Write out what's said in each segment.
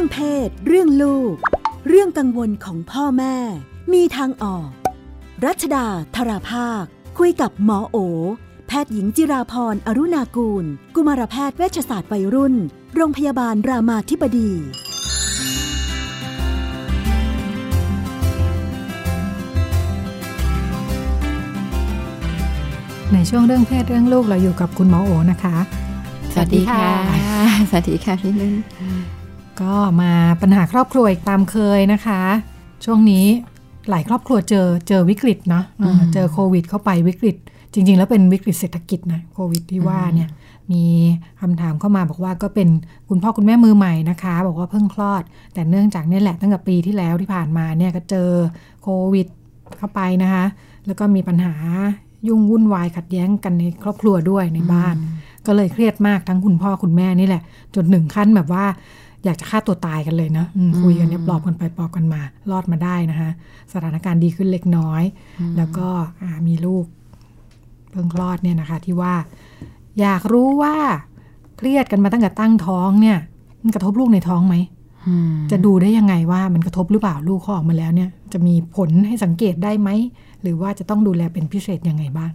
เพศเรื่องลูกเรื่องกังวลของพ่อแม่มีทางออกรัชดาธราภาคคุยกับหมอโอแพทย์หญิงจิราพรอรุณากูลกุมารแพทย์เวชศาสตร์วัยรุ่นโรงพยาบาลรามาธิบดีในช่วงเรื่องเพศเรื่องลูกเราอยู่กับคุณหมอโอนะคะสวัสดีค่ะสวัสดีค่ะพี่นุ่นก็มาปัญหาครอบครัวอีกตามเคยนะคะช่วงนี้หลายครอบครัวเจอวิกฤตเนาะเจอโควิดเข้าไปวิกฤตจริงๆแล้วเป็นวิกฤตเศรษฐกิจนะโควิดที่ว่าเนี่ยมีคำถามเข้ามาบอกว่าก็เป็นคุณพ่อคุณแม่มือใหม่นะคะบอกว่าเพิ่งคลอดแต่เนื่องจากนี่แหละตั้งแต่ปีที่แล้วที่ผ่านมาเนี่ยก็เจอโควิดเข้าไปนะคะแล้วก็มีปัญหายุ่งวุ่นวายขัดแย้งกันในครอบครัวด้วยในบ้านก็เลยเครียดมากทั้งคุณพ่อคุณแม่นี่แหละจนถึงขั้นแบบว่าอยากจะฆ่าตัวตายกันเลยนะคุยกันเนี่ยปลอบกันไปปลอบกันมารอดมาได้นะคะสถานการณ์ดีขึ้นเล็กน้อยแล้วก็มีลูกเพิ่งคลอดเนี่ยนะคะที่ว่าอยากรู้ว่าเครียดกันมาตั้งแต่ตั้งท้องเนี่ยมันกระทบลูกในท้องไหมจะดูได้ยังไงว่ามันกระทบหรือเปล่าลูกเขาออกมาแล้วเนี่ยจะมีผลให้สังเกตได้ไหมหรือว่าจะต้องดูแลเป็นพิเศษยังไงบ้าง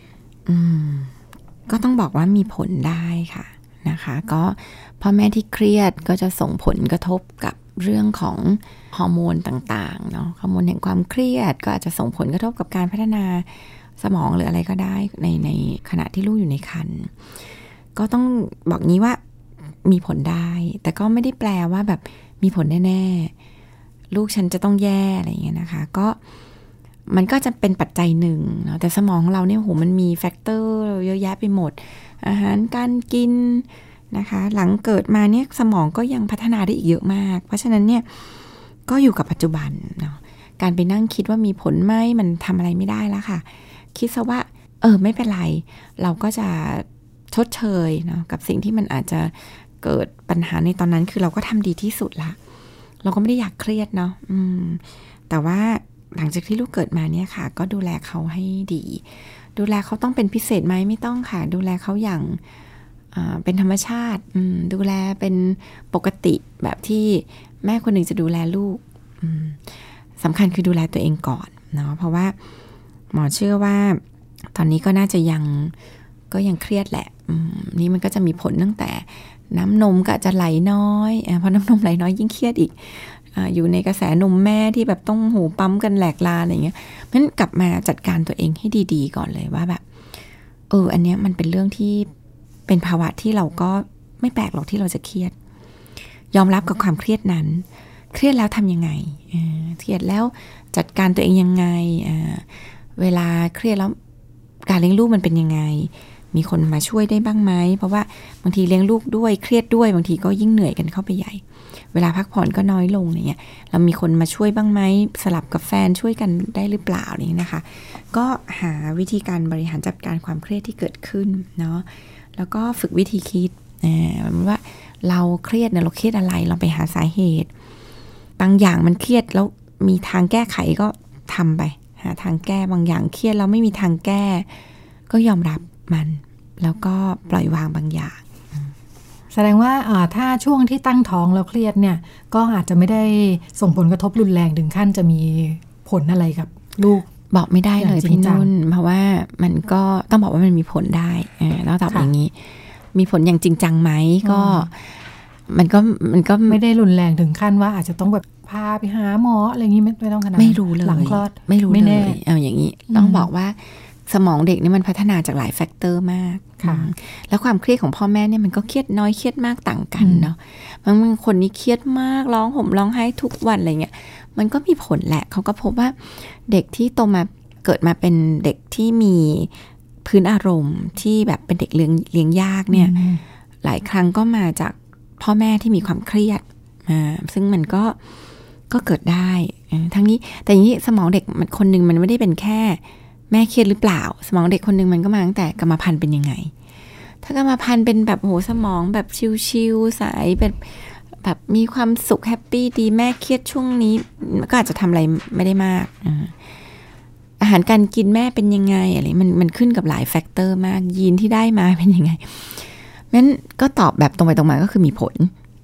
ก็ต้องบอกว่ามีผลได้ค่ะนะคะก็พ่อแม่ที่เครียดก็จะส่งผลกระทบกับเรื่องของฮอร์โมนต่างๆเนาะฮอร์โมนแห่งความเครียดก็อาจจะส่งผลกระทบกับการพัฒนาสมองหรืออะไรก็ได้ในขณะที่ลูกอยู่ในครรภ์ก็ต้องบอกงี้ว่ามีผลได้แต่ก็ไม่ได้แปลว่าแบบมีผลแน่ๆลูกฉันจะต้องแย่อะไรอย่างเงี้ยนะคะก็มันก็จะเป็นปัจจัยหนึ่งเนาะแต่สมองของเราเนี่ยโหมันมีแฟกเตอร์เยอะแยะไปหมดอาหารการกินนะคะหลังเกิดมาเนี่ยสมองก็ยังพัฒนาได้อีกเยอะมากเพราะฉะนั้นเนี่ยก็อยู่กับปัจจุบันเนาะการไปนั่งคิดว่ามีผลไหมมันทำอะไรไม่ได้แล้วค่ะคิดซะว่าไม่เป็นไรเราก็จะชดเชยเนาะกับสิ่งที่มันอาจจะเกิดปัญหาในตอนนั้นคือเราก็ทำดีที่สุดละเราก็ไม่ได้อยากเครียดเนาะแต่ว่าหลังจากที่ลูกเกิดมาเนี่ยค่ะก็ดูแลเขาให้ดีดูแลเขาต้องเป็นพิเศษไหมไม่ต้องค่ะดูแลเขาอย่างเป็นธรรมชาติดูแลเป็นปกติแบบที่แม่คนหนึ่งจะดูแลลูกสำคัญคือดูแลตัวเองก่อนเนาะเพราะว่าหมอเชื่อว่าตอนนี้ก็น่าจะยังเครียดแหละนี่มันก็จะมีผลตั้งแต่น้ำนมก็จะไหลน้อยเพราะน้ำนมไหลน้อยยิ่งเครียดอีกอยู่ในกระแสนมแม่ที่แบบต้องหูปั๊มกันแหลกลาอะไรเงี้ยเพราะฉะนั้นกลับมาจัดการตัวเองให้ดีๆก่อนเลยว่าแบบอันเนี้ยมันเป็นเรื่องที่เป็นภาวะที่เราก็ไม่แปลกหรอกที่เราจะเครียดยอมรับกับความเครียดนั้นเครียดแล้วทำยังไงเครียดแล้วจัดการตัวเองยังไงเวลาเครียดแล้วการเลี้ยงลูกมันเป็นยังไงมีคนมาช่วยได้บ้างไหมเพราะว่าบางทีเลี้ยงลูกด้วยเครียดด้วยบางทีก็ยิ่งเหนื่อยกันเข้าไปใหญ่เวลาพักผ่อนก็น้อยลงเนี่ยเรามีคนมาช่วยบ้างไหมสลับกับแฟนช่วยกันได้หรือเปล่านี่นะคะก็หาวิธีการบริหารจัดการความเครียดที่เกิดขึ้นเนาะแล้วก็ฝึกวิธีคิดว่าเราเครียดเนี่ยเราเครียดอะไรเราไปหาสาเหตุบางอย่างมันเครียดแล้วมีทางแก้ไขก็ทำไปหาทางแก้บางอย่างเครียดแล้วไม่มีทางแก้ก็ยอมรับมันแล้วก็ปล่อยวางบางอย่างแสดงว่าถ้าช่วงที่ตั้งท้องแล้วเครียดเนี่ยก็อาจจะไม่ได้ส่งผลกระทบรุนแรงถึงขั้นจะมีผลอะไรกับลูกบอกไม่ได้เลยพี่นุ่นเพราะว่ามันก็ต้องบอกว่ามันมีผลได้แล้วตอบอย่างนี้มีผลอย่างจริงจังไหมก็มันก็ไม่ได้รุนแรงถึงขั้นว่าอาจจะต้องแบบพาไปหาหมออะไรอย่างนี้ไม่ต้องขนาดไม่รู้เลยหลังคลอดไม่รู้เลยอย่างนี้ต้องบอกว่าสมองเด็กนี่มันพัฒนาจากหลายแฟกเตอร์มากแล้วความเครียดของพ่อแม่เนี่ยมันก็เครียดน้อยเครียดมากต่างกันเนาะบางคนนี่เครียดมากร้องห่มร้องไห้ทุกวันอะไรเงี้ยมันก็มีผลแหละเขาก็พบว่าเด็กที่โตมาเกิดมาเป็นเด็กที่มีพื้นอารมณ์ที่แบบเป็นเด็กเลี้ยงยากเนี่ยหลายครั้งก็มาจากพ่อแม่ที่มีความเครียดซึ่งมันก็เกิดได้ทั้งนี้แต่อย่างนี้สมองเด็กมันคนนึงมันไม่ได้เป็นแค่แม่เครียดหรือเปล่าสมองเด็กคนนึงมันก็มาตั้งแต่กรรมพันธุ์เป็นยังไงถ้ากรรมพันธุ์เป็นแบบโหสมองแบบชิลๆใสแบบมีความสุขแฮปปี้ดีแม่เครียดช่วงนี้ก็อาจจะทำอะไรไม่ได้มากอาหารการกินแม่เป็นยังไงอะไรมันขึ้นกับหลายแฟกเตอร์มากยีนที่ได้มาเป็นยังไงงั้นก็ตอบแบบตรงไปตรงมาก็คือมีผล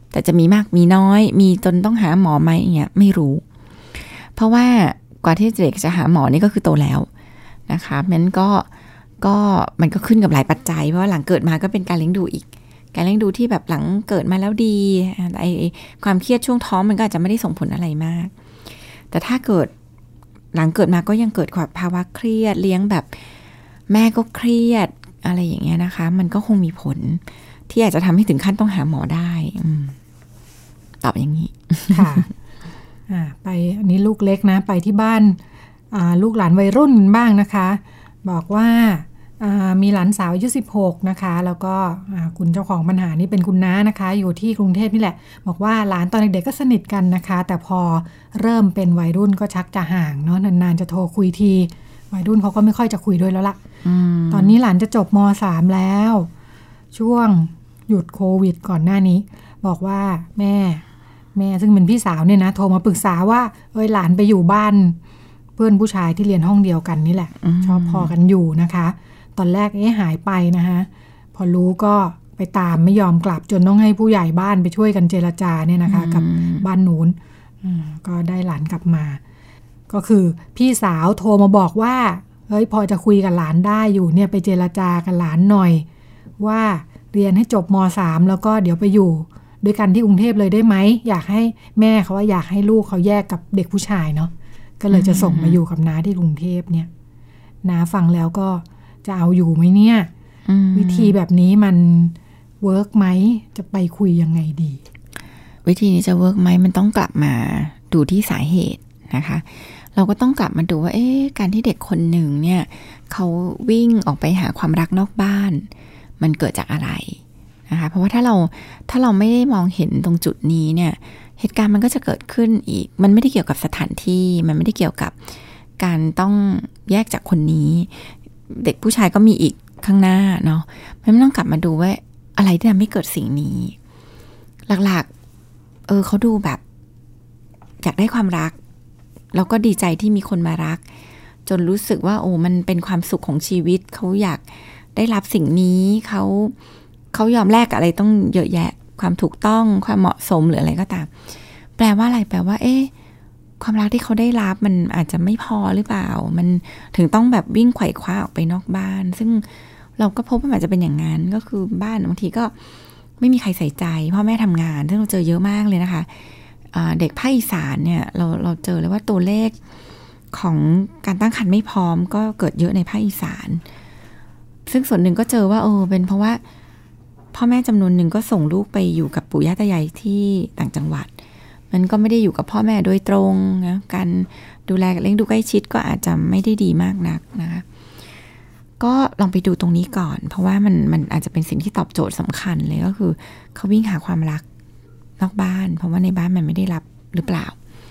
แต่จะมีมากมีน้อยมีจนต้องหาหมอไหมเงี้ยไม่รู้เพราะว่ากว่าที่เด็กจะหาหมอนี่ก็คือโตแล้วนะคะมันก็มันก็ขึ้นกับหลายปัจจัยเพราะว่าหลังเกิดมาก็เป็นการเลี้ยงดูอีกการเลี้ยงดูที่แบบหลังเกิดมาแล้วดีไอความเครียดช่วงท้องมันก็อาจจะไม่ได้ส่งผลอะไรมากแต่ถ้าเกิดหลังเกิดมาก็ยังเกิดภาวะเครียดเลี้ยงแบบแม่ก็เครียดอะไรอย่างเงี้ยนะคะมันก็คงมีผลที่อาจจะทำให้ถึงขั้นต้องหาหมอได้ตอบอย่างนี้ค่ะไปอันนี้ลูกเล็กนะไปที่บ้านลูกหลานวัยรุ่นบ้างนะคะบอกว่ามีหลานสาวอายุ16นะคะแล้วก็คุณเจ้าของปัญหานี่เป็นคุณน้านะคะอยู่ที่กรุงเทพนี่แหละบอกว่าหลานตอนเด็กๆก็สนิทกันนะคะแต่พอเริ่มเป็นวัยรุ่นก็ชักจะห่างเนาะนานๆจะโทรคุยทีวัยรุ่นเขาก็ไม่ค่อยจะคุยด้วยแล้วล่ะตอนนี้หลานจะจบม.3 แล้วช่วงหยุดโควิดก่อนหน้านี้บอกว่าแม่ซึ่งเป็นพี่สาวเนี่ยนะโทรมาปรึกษาว่าหลานไปอยู่บ้านเพื่อนผู้ชายที่เรียนห้องเดียวกันนี่แหละชอบพอกันอยู่นะคะตอนแรกหายไปนะคะพอรู้ก็ไปตามไม่ยอมกลับจนต้องให้ผู้ใหญ่บ้านไปช่วยกันเจรจาเนี่ยนะคะกับบ้านนู้นก็ได้หลานกลับมาก็คือพี่สาวโทรมาบอกว่าพอจะคุยกับหลานได้อยู่เนี่ยไปเจรจากับหลานหน่อยว่าเรียนให้จบม.3 แล้วก็เดี๋ยวไปอยู่ด้วยกันที่กรุงเทพเลยได้ไหมอยากให้แม่เขาว่าอยากให้ลูกเขาแยกกับเด็กผู้ชายเนาะก็เลยจะส่งมาอยู่กับน้าที่กรุงเทพเนี่ยน้าฟังแล้วก็จะเอาอยู่ไหมเนี่ยวิธีแบบนี้มันเวิร์กไหมจะไปคุยยังไงดีวิธีนี้จะเวิร์กไหมมันต้องกลับมาดูที่สาเหตุนะคะเราก็ต้องกลับมาดูว่าการที่เด็กคนหนึ่งเนี่ยเขาวิ่งออกไปหาความรักนอกบ้านมันเกิดจากอะไรนะคะเพราะว่าถ้าเราไม่ได้มองเห็นตรงจุดนี้เนี่ยเหตุการณ์มันก็จะเกิดขึ้นอีกมันไม่ได้เกี่ยวกับสถานที่มันไม่ได้เกี่ยวกับการต้องแยกจากคนนี้เด็กผู้ชายก็มีอีกข้างหน้าเนาะมันต้องกลับมาดูว่าอะไรที่ทำให้เกิดสิ่งนี้หลักๆเขาดูแบบอยากได้ความรักแล้วก็ดีใจที่มีคนมารักจนรู้สึกว่ามันเป็นความสุขของชีวิตเขาอยากได้รับสิ่งนี้เขายอมแลกอะไรต้องเยอะแยะความถูกต้องความเหมาะสมหรืออะไรก็ตามแปลว่าอะไรแปลว่าความรักที่เขาได้รับมันอาจจะไม่พอหรือเปล่ามันถึงต้องแบบวิ่งไขว่คว้าออกไปนอกบ้านซึ่งเราก็พบว่าอาจจะเป็นอย่างนั้นก็คือบ้านบางทีก็ไม่มีใครใส่ใจพ่อแม่ทำงานซึ่งเราเจอเยอะมากเลยนะคะเด็กภาคอีสานเนี่ยเราเจอเลยว่าตัวเลขของการตั้งครรภ์ไม่พร้อมก็เกิดเยอะในภาคอีสานซึ่งส่วนหนึ่งก็เจอว่าเป็นเพราะว่าพ่อแม่จำนวนหนึ่งก็ส่งลูกไปอยู่กับปู่ย่าตายายที่ต่างจังหวัดมันก็ไม่ได้อยู่กับพ่อแม่โดยตรงนะการดูแลเลี้ยงดูใกล้ชิดก็อาจจะไม่ได้ดีมากนักนะคะก็ลองไปดูตรงนี้ก่อนเพราะว่ามันอาจจะเป็นสิ่งที่ตอบโจทย์สำคัญเลยก็คือเขาวิ่งหาความรักนอกบ้านเพราะว่าในบ้านมันไม่ได้รับหรือเปล่า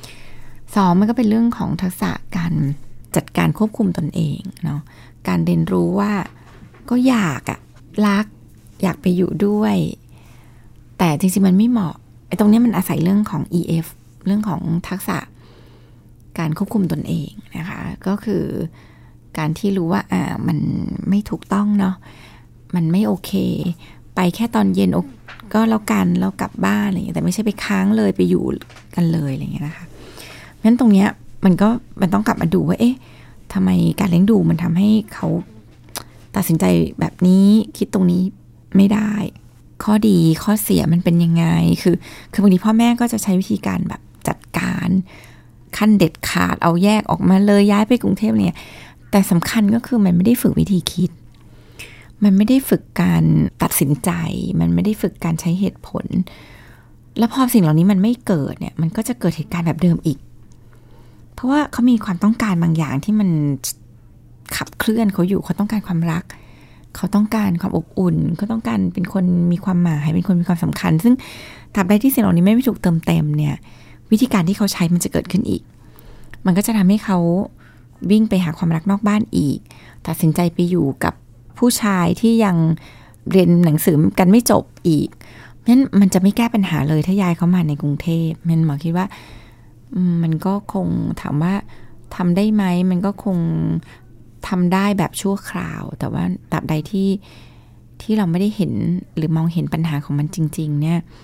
2มันก็เป็นเรื่องของทักษะการจัดการควบคุมตนเองเนาะการเรียนรู้ว่าก็อยากรักอยากไปอยู่ด้วยแต่จริงๆมันไม่เหมาะตรงนี้มันอาศัยเรื่องของ EF เรื่องของทักษะการควบคุมตนเองนะคะก็คือการที่รู้ว่ามันไม่ถูกต้องเนาะมันไม่โอเคไปแค่ตอนเย็นก็แล้วกันแล้วกลับบ้านอะไรอย่างเงี้ยแต่ไม่ใช่ไปค้างเลยไปอยู่กันเลยอะไรอย่างเงี้ยนะคะงั้นตรงเนี้ยมันต้องกลับมาดูว่าทำไมการเลี้ยงดูมันทำให้เขาตัดสินใจแบบนี้คิดตรงนี้ไม่ได้ข้อดีข้อเสียมันเป็นยังไงคือบางทีพ่อแม่ก็จะใช้วิธีการแบบจัดการขั้นเด็ดขาดเอาแยกออกมาเลยย้ายไปกรุงเทพเนี่ยแต่สำคัญก็คือมันไม่ได้ฝึกวิธีคิดมันไม่ได้ฝึกการตัดสินใจมันไม่ได้ฝึกการใช้เหตุผลแล้วพอสิ่งเหล่านี้มันไม่เกิดเนี่ยมันก็จะเกิดเหตุการณ์แบบเดิมอีกเพราะว่าเขามีความต้องการบางอย่างที่มันขับเคลื่อนเขาอยู่เขาต้องการความรักเขาต้องการความอบอุ่นเขาต้องการเป็นคนมีความหมายเป็นคนมีความสำคัญซึ่งตราบใดที่สิ่งเหล่านี้ไม่ถูกเติมเต็มเนี่ยวิธีการที่เขาใช้มันจะเกิดขึ้นอีกมันก็จะทำให้เขาวิ่งไปหาความรักนอกบ้านอีกตัดสินใจไปอยู่กับผู้ชายที่ยังเรียนหนังสือกันไม่จบอีกงั้นมันจะไม่แก้ปัญหาเลยถ้าย้ายเขามาในกรุงเทพมันหมอคิดว่ามันก็คงถามว่าทำได้ไหมมันก็คงทำได้แบบชั่วคราวแต่ว่าตราบใดที่เราไม่ได้เห็นหรือมองเห็นปัญหาของมันจริงๆเนี่ย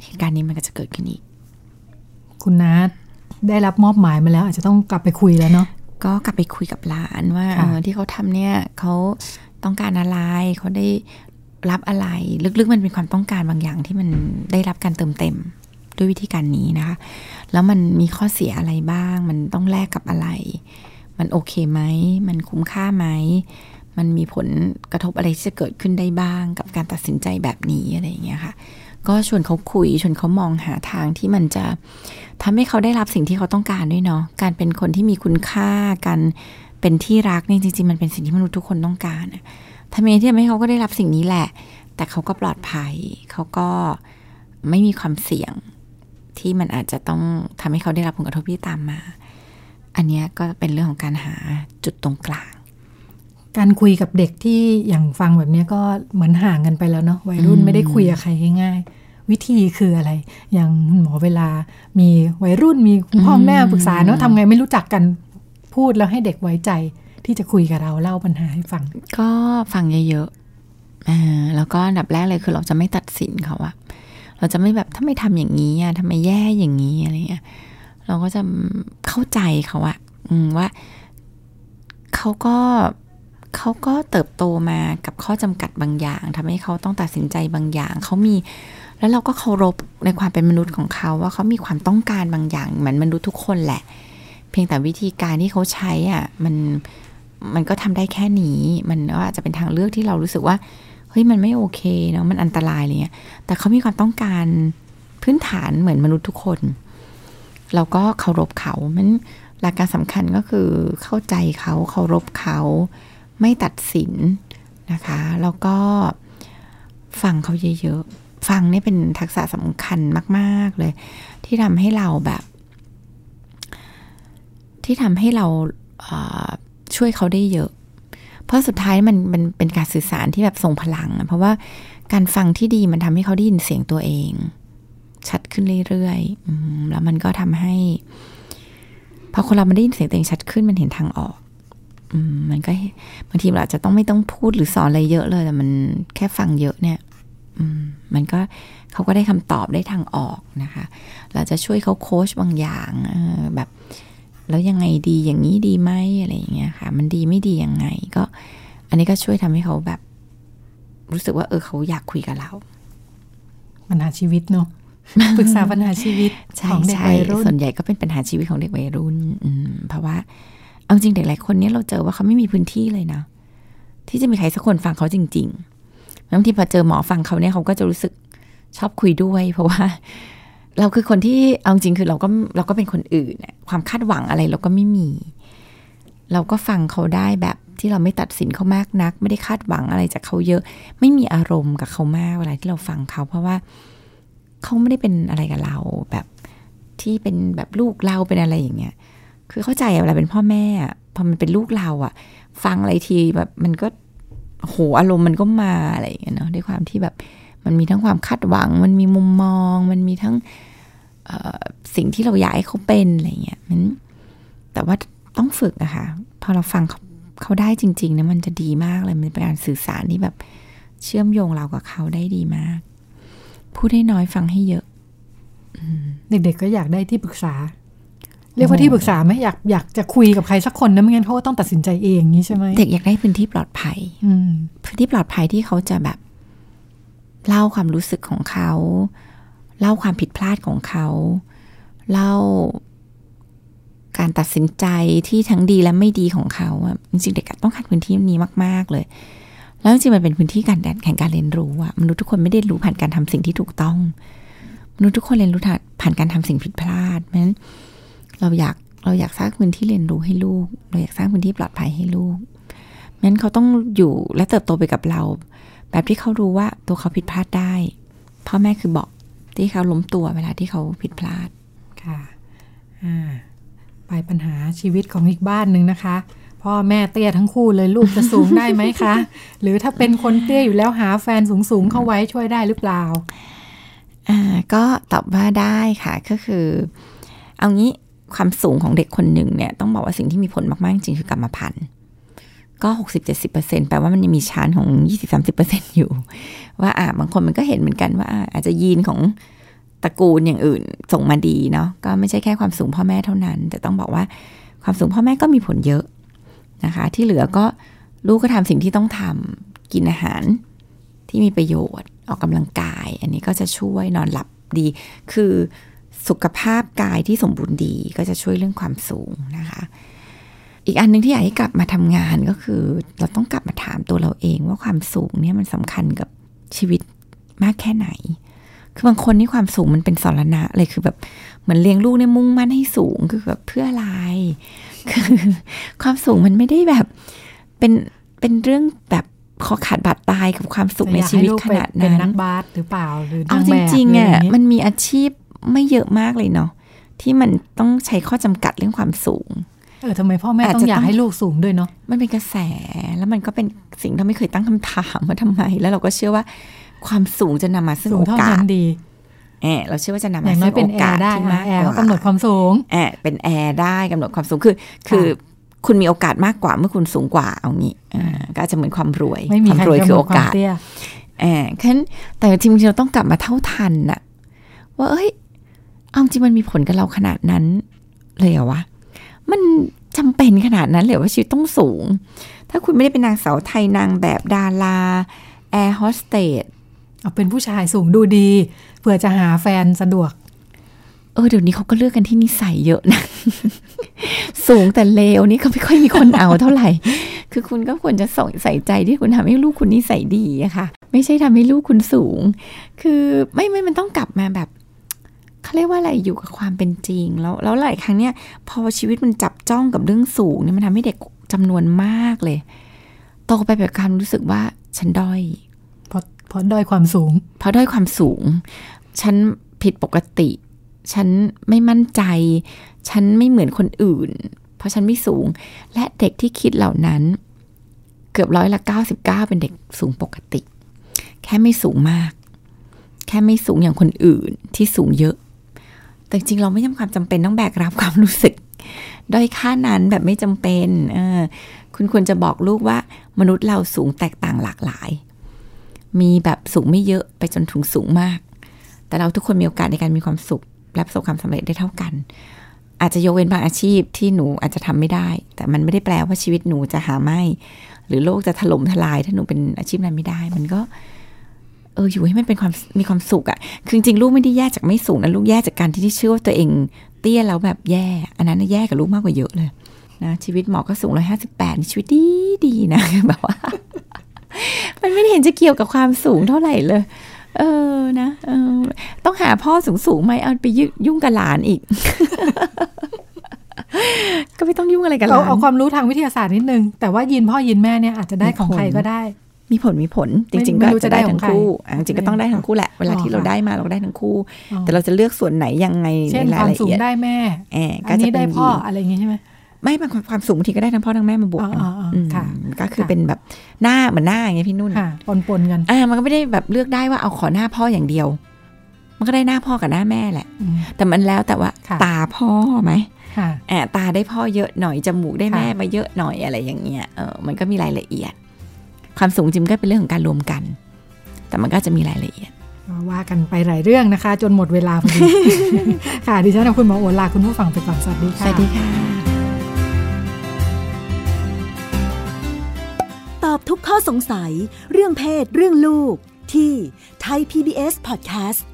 เหตุการณ์นี้มันก็จะเกิดขึ้นอีกคุณน้าได้รับมอบหมายมาแล้วอาจจะต้องกลับไปคุยแล้วเนาะก็กลับไปคุยกับหลานว่าที่เขาทำเนี่ยเขาต้องการอะไรเขาได้รับอะไรลึกๆมันเป็นความต้องการบางอย่างที่มันได้รับการเติมเต็มด้วยวิธีการนี้นะคะแล้วมันมีข้อเสียอะไรบ้างมันต้องแลกกับอะไรมันโอเคไหมมันคุ้มค่าไหมมันมีผลกระทบอะไรที่จะเกิดขึ้นได้บ้างกับการตัดสินใจแบบนี้อะไรอย่างเงี้ยค่ะก็ชวนเขาคุยชวนเขามองหาทางที่มันจะทำให้เขาได้รับสิ่งที่เขาต้องการด้วยเนาะการเป็นคนที่มีคุณค่าการเป็นที่รักนี่จริงๆมันเป็นสิ่งที่มนุษย์ทุกคนต้องการทำไมที่ทำให้เขาก็ได้รับสิ่งนี้แหละแต่เขาก็ปลอดภัยเขาก็ไม่มีความเสี่ยงที่มันอาจจะต้องทำให้เขาได้รับผลกระทบที่ตามมาอันนี้ก็เป็นเรื่องของการหาจุดตรงกลางการคุยกับเด็กที่อย่างฟังแบบนี้ก็เหมือนห่างกันไปแล้วเนาะวัยรุ่นไม่ได้คุยกับใครง่ายๆวิธีคืออะไรอย่างหมอเวลามีวัยรุ่นมีพ่อแม่ปรึกษาเนาะทำไงไม่รู้จักกันพูดแล้วให้เด็กไว้ใจที่จะคุยกับเราเล่าปัญหาให้ฟังก็ฟังเยอะๆแล้วก็อันดับแรกเลยคือเราจะไม่ตัดสินเขาอะเราจะไม่แบบถ้าไม่ทำอย่างนี้อะทำไมแย่อย่างนี้อะไรเงี้ยเราก็จะเข้าใจเขาอะว่าเขาก็เติบโตมากับข้อจำกัดบางอย่างทำให้เขาต้องตัดสินใจบางอย่างเขามีแล้วเราก็เคารพในความเป็นมนุษย์ของเขาว่าเขามีความต้องการบางอย่างเหมือนมนุษย์ทุกคนแหละเพียงแต่วิธีการที่เขาใช้อ่ะมันก็ทำได้แค่นี้มันก็อาจจะเป็นทางเลือกที่เรารู้สึกว่าเฮ้ยมันไม่โอเคเนาะมันอันตรายอะไรเงี้ยแต่เขามีความต้องการพื้นฐานเหมือนมนุษย์ทุกคนเราก็เคารพเขามันหลักการสำคัญก็คือเข้าใจเขาเคารพเขาไม่ตัดสินนะคะแล้วก็ฟังเขาเยอะๆฟังนี่เป็นทักษะสำคัญมากๆเลยที่ทำให้เราแบบที่ทำให้เราช่วยเขาได้เยอะเพราะสุดท้ายมันเป็นการสื่อสารที่แบบทรงพลังเพราะว่าการฟังที่ดีมันทำให้เขาได้ยินเสียงตัวเองชัดขึ้นเรื่อยๆแล้วมันก็ทำให้พอคนเรามันได้ยินเสียงตัวเองชัดขึ้นมันเห็นทางออกมันก็บางทีเราอาจจะไม่ต้องพูดหรือสอนอะไรเยอะเลยแต่มันแค่ฟังเยอะเนี่ยมันก็เขาก็ได้คำตอบได้ทางออกนะคะเราจะช่วยเขาโค้ชบางอย่างแบบแล้วยังไงดีอย่างนี้ดีไหมอะไรอย่างเงี้ยค่ะมันดีไม่ดียังไงก็อันนี้ก็ช่วยทำให้เขาแบบรู้สึกว่าเขาอยากคุยกับเราปัญหาชีวิตเนาะปรึกษาปัญหาชีวิตของเด็กวัยรุ่นส่วนใหญ่ก็เป็นปัญหาชีวิตของเด็กวัยรุ่นเพราะว่าเอาจริงเด็กหลายคนนี้เราเจอว่าเขาไม่มีพื้นที่เลยนะที่จะมีใครสักคนฟังเขาจริงๆบางทีพอเจอหมอฟังเขาเนี่ยเขาก็จะรู้สึกชอบคุยด้วยเพราะว่าเราคือคนที่เอาจริงคือเราก็เป็นคนอื่นความคาดหวังอะไรเราก็ไม่มีเราก็ฟังเขาได้แบบที่เราไม่ตัดสินเขามากนักไม่ได้คาดหวังอะไรจากเขาเยอะไม่มีอารมณ์กับเขามากเวลาที่เราฟังเขาเพราะว่าเขาไม่ได้เป็นอะไรกับเราแบบที่เป็นแบบลูกเราเป็นอะไรอย่างเงี้ยคือเข้าใจเวลาเป็นพ่อแม่พอมันเป็นลูกเราฟังอะไรทีแบบมันก็โหอารมณ์มันก็มาอะไรอย่างเงี้ยเนาะด้วยความที่แบบมันมีทั้งความคาดหวังมันมีมุมมองมันมีทั้งสิ่งที่เราอยากให้เขาเป็นอะไรเงี้ยแต่ว่าต้องฝึกอะค่ะพอเราฟังเขาได้จริงๆนะมันจะดีมากเลยมันเป็นการสื่อสารที่แบบเชื่อมโยงเรากับเขาได้ดีมากพูดให้น้อยฟังให้เยอะเด็กๆก็อยากได้ที่ปรึกษาเรียกว่าที่ปรึกษาไหมอยากจะคุยกับใครสักคนนะไม่งั้นเขาก็ต้องตัดสินใจเองนี้ใช่ไหมเด็กอยากได้พื้นที่ปลอดภัยพื้นที่ปลอดภัยที่เขาจะแบบเล่าความรู้สึกของเขาเล่าความผิดพลาดของเขาเล่าการตัดสินใจที่ทั้งดีและไม่ดีของเขาจริงๆเด็กต้องการพื้นที่นี้มากๆเลยแล้วจริงๆมันเป็นพื้นที่การแข่งการเรียนรู้มนุษย์ทุกคนไม่ได้รู้ผ่านการทำสิ่งที่ถูกต้องมนุษย์ทุกคนเรียนรู้ผ่านการทำสิ่งผิดพลาดเพราะฉะนั้นเราอยากสร้างพื้นที่เรียนรู้ให้ลูกเราอยากสร้างพื้นที่ปลอดภัยให้ลูกงั้นเขาต้องอยู่และเติบโตไปกับเราแบบที่เขารู้ว่าตัวเขาผิดพลาดได้พ่อแม่คือบอกที่เขาล้มตัวเวลาที่เขาผิดพลาดค่ะไปปัญหาชีวิตของอีกบ้านหนึ่งนะคะพ่อแม่เตี้ยทั้งคู่เลยลูกจะสูงได้ไหมคะ หรือถ้าเป็นคนเตี้ยอยู่แล้วหาแฟนสูงเข้าไว้ช่วยได้หรือเปล่าก็ตอบว่าได้ค่ะก็คือเอางี้ความสูงของเด็กคนหนึ่งเนี่ยต้องบอกว่าสิ่งที่มีผลมากๆจริงคือกรรมพันธุ์ก็ 60-70% แปลว่ามันยังมีชานของ 20-30% อยู่ว่าบางคนมันก็เห็นเหมือนกันว่าอาจจะยีนของตระกูลอย่างอื่นส่งมาดีเนาะก็ไม่ใช่แค่ความสูงพ่อแม่เท่านั้นแต่ต้องบอกว่าความสูงพ่อแม่ก็มีผลเยอะนะคะที่เหลือก็ลูกก็ทำสิ่งที่ต้องทำกินอาหารที่มีประโยชน์ออกกำลังกายอันนี้ก็จะช่วยนอนหลับดีคือสุขภาพกายที่สมบูรณ์ดีก็จะช่วยเรื่องความสูงนะคะอีกอันนึงที่อยากให้กลับมาทำงานก็คือเราต้องกลับมาถามตัวเราเองว่าความสูงเนี่ยมันสำคัญกับชีวิตมากแค่ไหนคือบางคนนี่ความสูงมันเป็นสรณะเลยคือแบบเหมือนเลี้ยงลูกเนี่ยมุ่งมั่นให้สูงคือแบบเพื่ออะไรคือความสูงมันไม่ได้แบบเป็นเรื่องแบบคอขาดบาดตายกับความสุขในชีวิตขนาดนั้นเป็นนักบาสหรือเปล่าหรือเอาจริงๆอ่ะมันมีอาชีพไม่เยอะมากเลยเนาะที่มันต้องใช้ข้อจำกัดเรื่องความสูงทำไมพ่อแม่ต้องอยากให้ลูกสูงด้วยเนาะมันเป็นกระแสแล้วมันก็เป็นสิ่งที่ไม่เคยตั้งคำถามว่าทำไมแล้วเราก็เชื่อว่าความสูงจะนำมาซึ่งโอกาสดีเราเชื่อว่าจะนำมาซึ่งโอกาสที่มากกว่ากำหนดความสูงเป็นแอร์ได้กำหนดความสูงคือคุณมีโอกาสมากกว่าเมื่อคุณสูงกว่าเอางี้ก็อาจจะเหมือนความรวยความรวยคือโอกาสแต่จริงๆเราต้องกลับมาเท่าทันน่ะว่าเอาจริงมันมีผลกับเราขนาดนั้นเลยเหรอวะมันจำเป็นขนาดนั้นเลยว่าชีวิตต้องสูงถ้าคุณไม่ได้เป็นนางสาวไทยนางแบบดาราแอร์โฮสเตสเอาเป็นผู้ชายสูงดูดีเผื่อจะหาแฟนสะดวกเดี๋ยวนี้เขาก็เลือกกันที่นิสัยเยอะนะ สูงแต่เลวนี่ก็ไม่ค่อยมีคนเอาเท่าไหร่คือคุณก็ควรจะใส่ใจที่คุณทำให้ลูกคุณนิสัยดีอะค่ะไม่ใช่ทำให้ลูกคุณสูงคือไม่มันต้องกลับมาแบบเขาเรียกว่าอะไรอยู่กับความเป็นจริงแล้วหลายครั้งเนี่ยพอชีวิตมันจับจ้องกับเรื่องสูงเนี่ยมันทำให้เด็กจำนวนมากเลยโตไปแบบการรู้สึกว่าฉันด้อยเพราะด้อยความสูงฉันผิดปกติฉันไม่มั่นใจฉันไม่เหมือนคนอื่นเพราะฉันไม่สูงและเด็กที่คิดเหล่านั้นเกือบ99%เป็นเด็กสูงปกติแค่ไม่สูงมากแค่ไม่สูงอย่างคนอื่นที่สูงเยอะแต่จริงเราไม่จำความจำเป็นต้องแบกรับความรู้สึกด้อยค่านั้นแบบไม่จำเป็นคุณควรจะบอกลูกว่ามนุษย์เราสูงแตกต่างหลากหลายมีแบบสูงไม่เยอะไปจนถึงสูงมากแต่เราทุกคนมีโอกาสในการมีความสุขและประสบความสำเร็จได้เท่ากันอาจจะยกเว้นบางอาชีพที่หนูอาจจะทำไม่ได้แต่มันไม่ได้แปลว่าชีวิตหนูจะหาไม่หรือโลกจะถล่มทลายถ้าหนูเป็นอาชีพนั้นไม่ได้มันก็อยู่ให้มันเป็นความมีความสุขอ่ะคือจริงๆลูกไม่ได้แย่จากไม่สูงนะลูกแย่จากการที่เชื่อว่าตัวเองเตี้ยแล้วแบบแย่อันนั้นแย่กับลูกมากกว่าเยอะเลยนะชีวิตหมอก็สูง158ชีวิตดีนะแบบว่า มันไม่เห็นจะเกี่ยวกับความสูงเท่าไหร่เลยนะต้องหาพ่อสูงไหมเอาไปยุ่งกับหลานอีก ก็ไม่ต้องยุ่งอะไรกับหลานเอาความรู้ทางวิทยาศาสตร์นิดนึงแต่ว่ายีนพ่อยีนแม่เนี่ยอาจจะได้ของใครก็ได้มีผลจริงๆก็จะได้ทั้งคู่จริงๆก็ต้องได้ทั้งคู่แหละเวลาที่เราได้มาเราได้ทั้งคู่แต่เราจะเลือกส่วนไหนยังไงในรายละเอียดเช่นความสูงได้แม่อันนี้ได้พ่ออะไรอย่างงี้ใช่ไหมไม่บางความสูงทีก็ได้ทั้งพ่อทั้งแม่มาบวกกันก็คือเป็นแบบหน้าเหมือนหน้าอย่างเงี้ยพี่นุ่นปนกันมันก็ไม่ได้แบบเลือกได้ว่าเอาขอหน้าพ่ออย่างเดียวมันก็ได้หน้าพ่อกับหน้าแม่แหละแต่มันแล้วแต่ว่าตาพ่อไหมตาได้พ่อเยอะหน่อยจมูกได้แม่มาเยอะหน่อยอะไรอย่างเงี้ยมันก็มีรายละเอียดความสูงจริงก็เป็นเรื่องของการรวมกันแต่มันก็จะมีรายละเอียดว่ากันไปหลายเรื่องนะคะจนหมดเวลาพอดี ค่ะดิฉันกับคุณหมอโอลาคุณผู้ฟังไปก่อนสวัสดีค่ะสวัสดีค่ะตอบทุกข้อสงสัยเรื่องเพศเรื่องลูกที่ Thai PBS Podcast